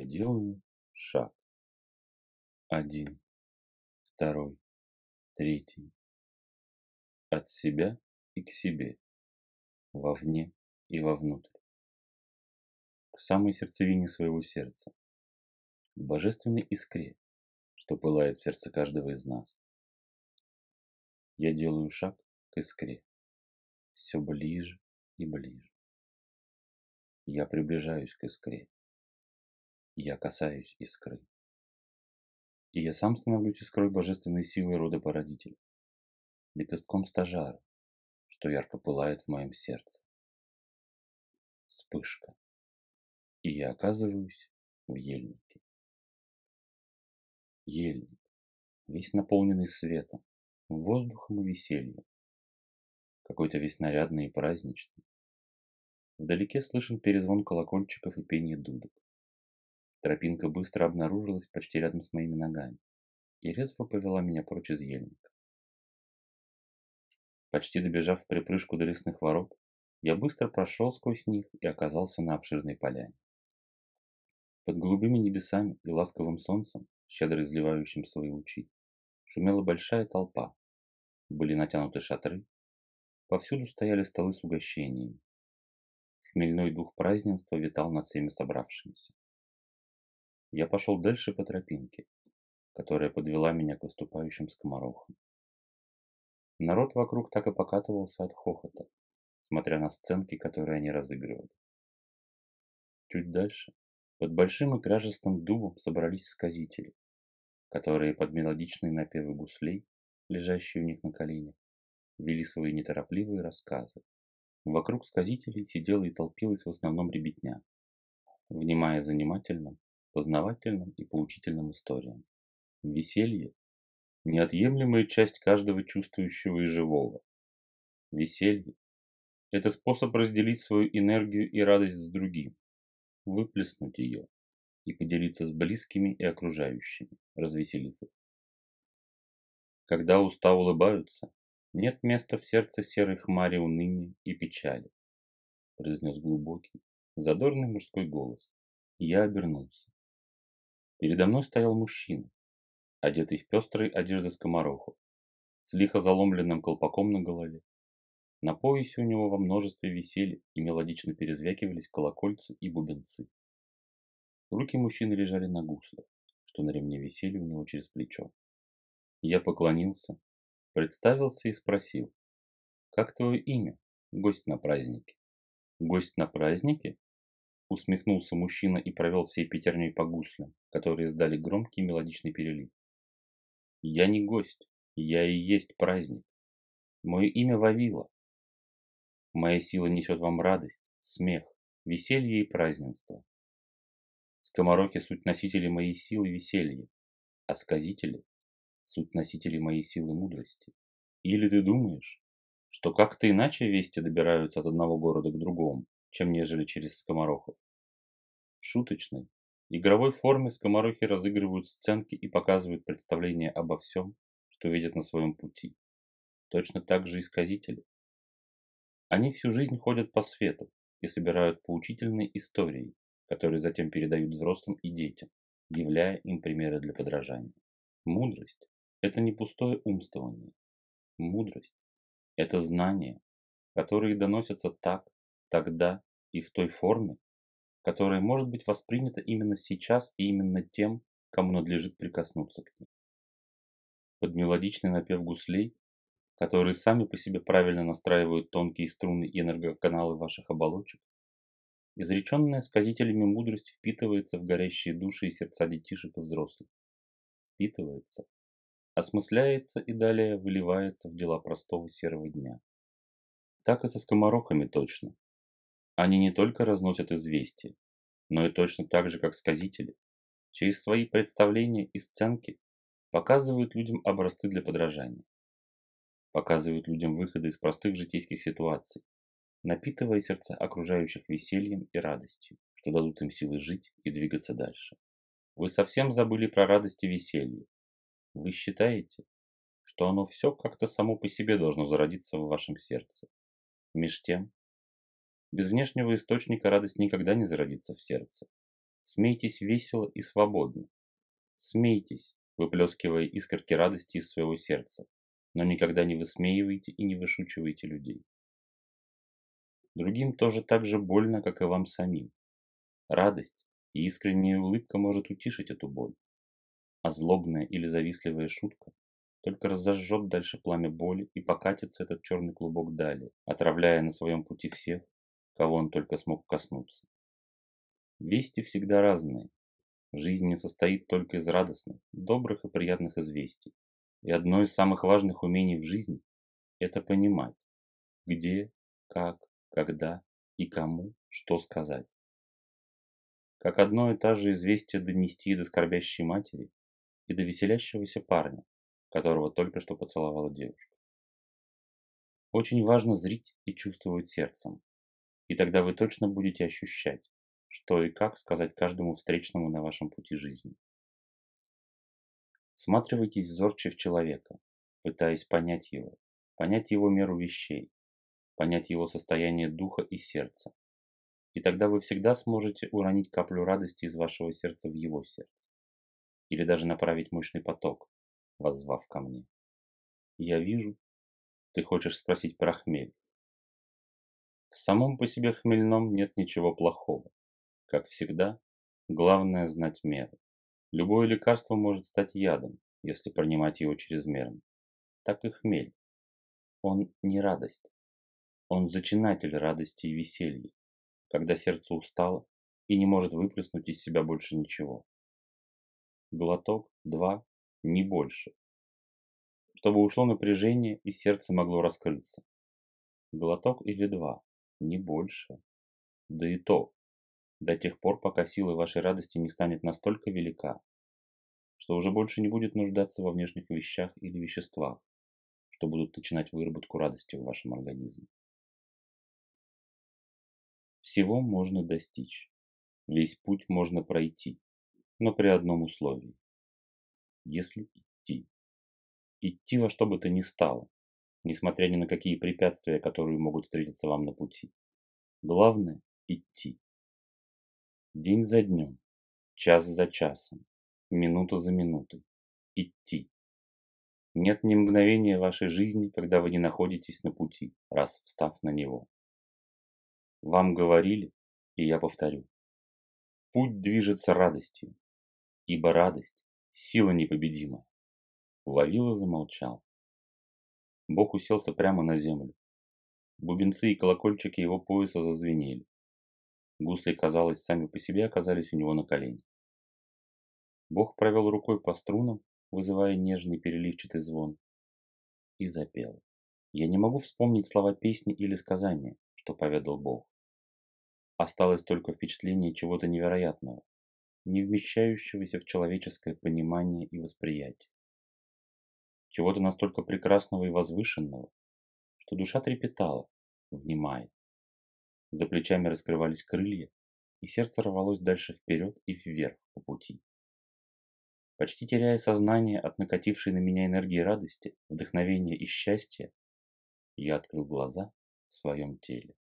Я делаю шаг. Один, второй, третий. От себя и к себе, вовне и вовнутрь. К самой сердцевине своего сердца, к божественной искре, что пылает в сердце каждого из нас. Я делаю шаг к искре, все ближе и ближе. Я приближаюсь к искре. Я касаюсь искры. И я сам становлюсь искрой божественной силы рода породителя, лепестком стажара, что ярко пылает в моем сердце. Вспышка. И я оказываюсь в ельнике. Ельник, весь наполненный светом, воздухом и весельем. Какой-то весь нарядный и праздничный. Вдалеке слышен перезвон колокольчиков и пение дудок. Тропинка быстро обнаружилась почти рядом с моими ногами и резво повела меня прочь из ельника. Почти добежав в припрыжку до лесных ворот, я быстро прошел сквозь них и оказался на обширной поляне. Под голубыми небесами и ласковым солнцем, щедро изливающим свои лучи, шумела большая толпа. Были натянуты шатры, повсюду стояли столы с угощениями. Хмельной дух празднества витал над всеми собравшимися. Я пошел дальше по тропинке, которая подвела меня к выступающим скоморохам. Народ вокруг так и покатывался от хохота, смотря на сценки, которые они разыгрывали. Чуть дальше, под большим и кряжестым дубом, собрались сказители, которые под мелодичные напевы гуслей, лежащие у них на коленях, вели свои неторопливые рассказы. Вокруг сказителей сидела и толпилась в основном ребятня, внимая занимательным, познавательным и поучительным историям. Веселье – неотъемлемая часть каждого чувствующего и живого. Веселье – это способ разделить свою энергию и радость с другим, выплеснуть ее и поделиться с близкими и окружающими, развеселив их. Когда уста улыбаются, нет места в сердце серой хмари уныния и печали, произнес глубокий, задорный мужской голос. Я обернулся. Передо мной стоял мужчина, одетый в пестрые одежды скоморохов, с лихо заломленным колпаком на голове. На поясе у него во множестве висели и мелодично перезвякивались колокольцы и бубенцы. Руки мужчины лежали на гуслях, что на ремне висели у него через плечо. Я поклонился, представился и спросил: «Как твое имя, гость на празднике?» «Гость на празднике?» Усмехнулся мужчина и провел всей пятерней по гуслям, которые издали громкий мелодичный перелив. «Я не гость, я и есть праздник. Мое имя Вавила. Моя сила несет вам радость, смех, веселье и празднество. Скоморохи – суть носители моей силы веселья, а сказители – суть носители моей силы мудрости. Или ты думаешь, что как-то иначе вести добираются от одного города к другому, чем нежели через скоморохов? В шуточной, игровой форме скоморохи разыгрывают сценки и показывают представление обо всем, что видят на своем пути. Точно так же и сказители. Они всю жизнь ходят по свету и собирают поучительные истории, которые затем передают взрослым и детям, являя им примеры для подражания. Мудрость – это не пустое умствование. Мудрость – это знания, которые доносятся так, тогда и в той форме, которая может быть воспринята именно сейчас и именно тем, кому надлежит прикоснуться к ней. Под мелодичный напев гуслей, которые сами по себе правильно настраивают тонкие струны и энергоканалы ваших оболочек, изреченная сказителями мудрость впитывается в горящие души и сердца детишек и взрослых. Впитывается, осмысляется и далее выливается в дела простого серого дня. Так и со скоморохами точно. Они не только разносят известия, но и точно так же, как сказители, через свои представления и сценки показывают людям образцы для подражания. Показывают людям выходы из простых житейских ситуаций, напитывая сердца окружающих весельем и радостью, что дадут им силы жить и двигаться дальше. Вы совсем забыли про радость и веселье. Вы считаете, что оно все как-то само по себе должно зародиться в вашем сердце. Меж тем, без внешнего источника радость никогда не зародится в сердце. Смейтесь весело и свободно. Смейтесь, выплескивая искорки радости из своего сердца, но никогда не высмеивайте и не вышучивайте людей. Другим тоже так же больно, как и вам самим. Радость и искренняя улыбка может утишить эту боль, а злобная или завистливая шутка только разожжет дальше пламя боли и покатится этот черный клубок далее, отравляя на своем пути всех, кого он только смог коснуться. Вести всегда разные. Жизнь не состоит только из радостных, добрых и приятных известий. И одно из самых важных умений в жизни – это понимать, где, как, когда и кому что сказать. Как одно и то же известие донести до скорбящей матери и до веселящегося парня, которого только что поцеловала девушка. Очень важно зрить и чувствовать сердцем, и тогда вы точно будете ощущать, что и как сказать каждому встречному на вашем пути жизни. Всматривайтесь зорче в человека, пытаясь понять его меру вещей, понять его состояние духа и сердца. И тогда вы всегда сможете уронить каплю радости из вашего сердца в его сердце. Или даже направить мощный поток, воззвав ко мне. Я вижу, ты хочешь спросить про хмель. В самом по себе хмельном нет ничего плохого. Как всегда, главное знать меру. Любое лекарство может стать ядом, если принимать его чрезмерно. Так и хмель. Он не радость. Он зачинатель радости и веселья, когда сердце устало и не может выплеснуть из себя больше ничего. Глоток, два, не больше. Чтобы ушло напряжение и сердце могло раскрыться. Глоток или два, не больше. Да и то, до тех пор, пока сила вашей радости не станет настолько велика, что уже больше не будет нуждаться во внешних вещах или веществах, что будут начинать выработку радости в вашем организме. Всего можно достичь, весь путь можно пройти, но при одном условии. Если идти. Идти во что бы то ни стало, несмотря ни на какие препятствия, которые могут встретиться вам на пути. Главное – идти. День за днем, час за часом, минута за минутой. Идти. Нет ни мгновения вашей жизни, когда вы не находитесь на пути, раз встав на него. Вам говорили, и я повторю. Путь движется радостью, ибо радость – сила непобедимая. Вавила замолчал. Бог уселся прямо на землю. Бубенцы и колокольчики его пояса зазвенели. Гусли, казалось, сами по себе оказались у него на коленях. Бог провел рукой по струнам, вызывая нежный переливчатый звон, и запел. Я не могу вспомнить слова песни или сказания, что поведал Бог. Осталось только впечатление чего-то невероятного, не вмещающегося в человеческое понимание и восприятие. Чего-то настолько прекрасного и возвышенного, что душа трепетала, внимая. За плечами раскрывались крылья, и сердце рвалось дальше вперед и вверх по пути. Почти теряя сознание от накатившей на меня энергии радости, вдохновения и счастья, я открыл глаза в своем теле.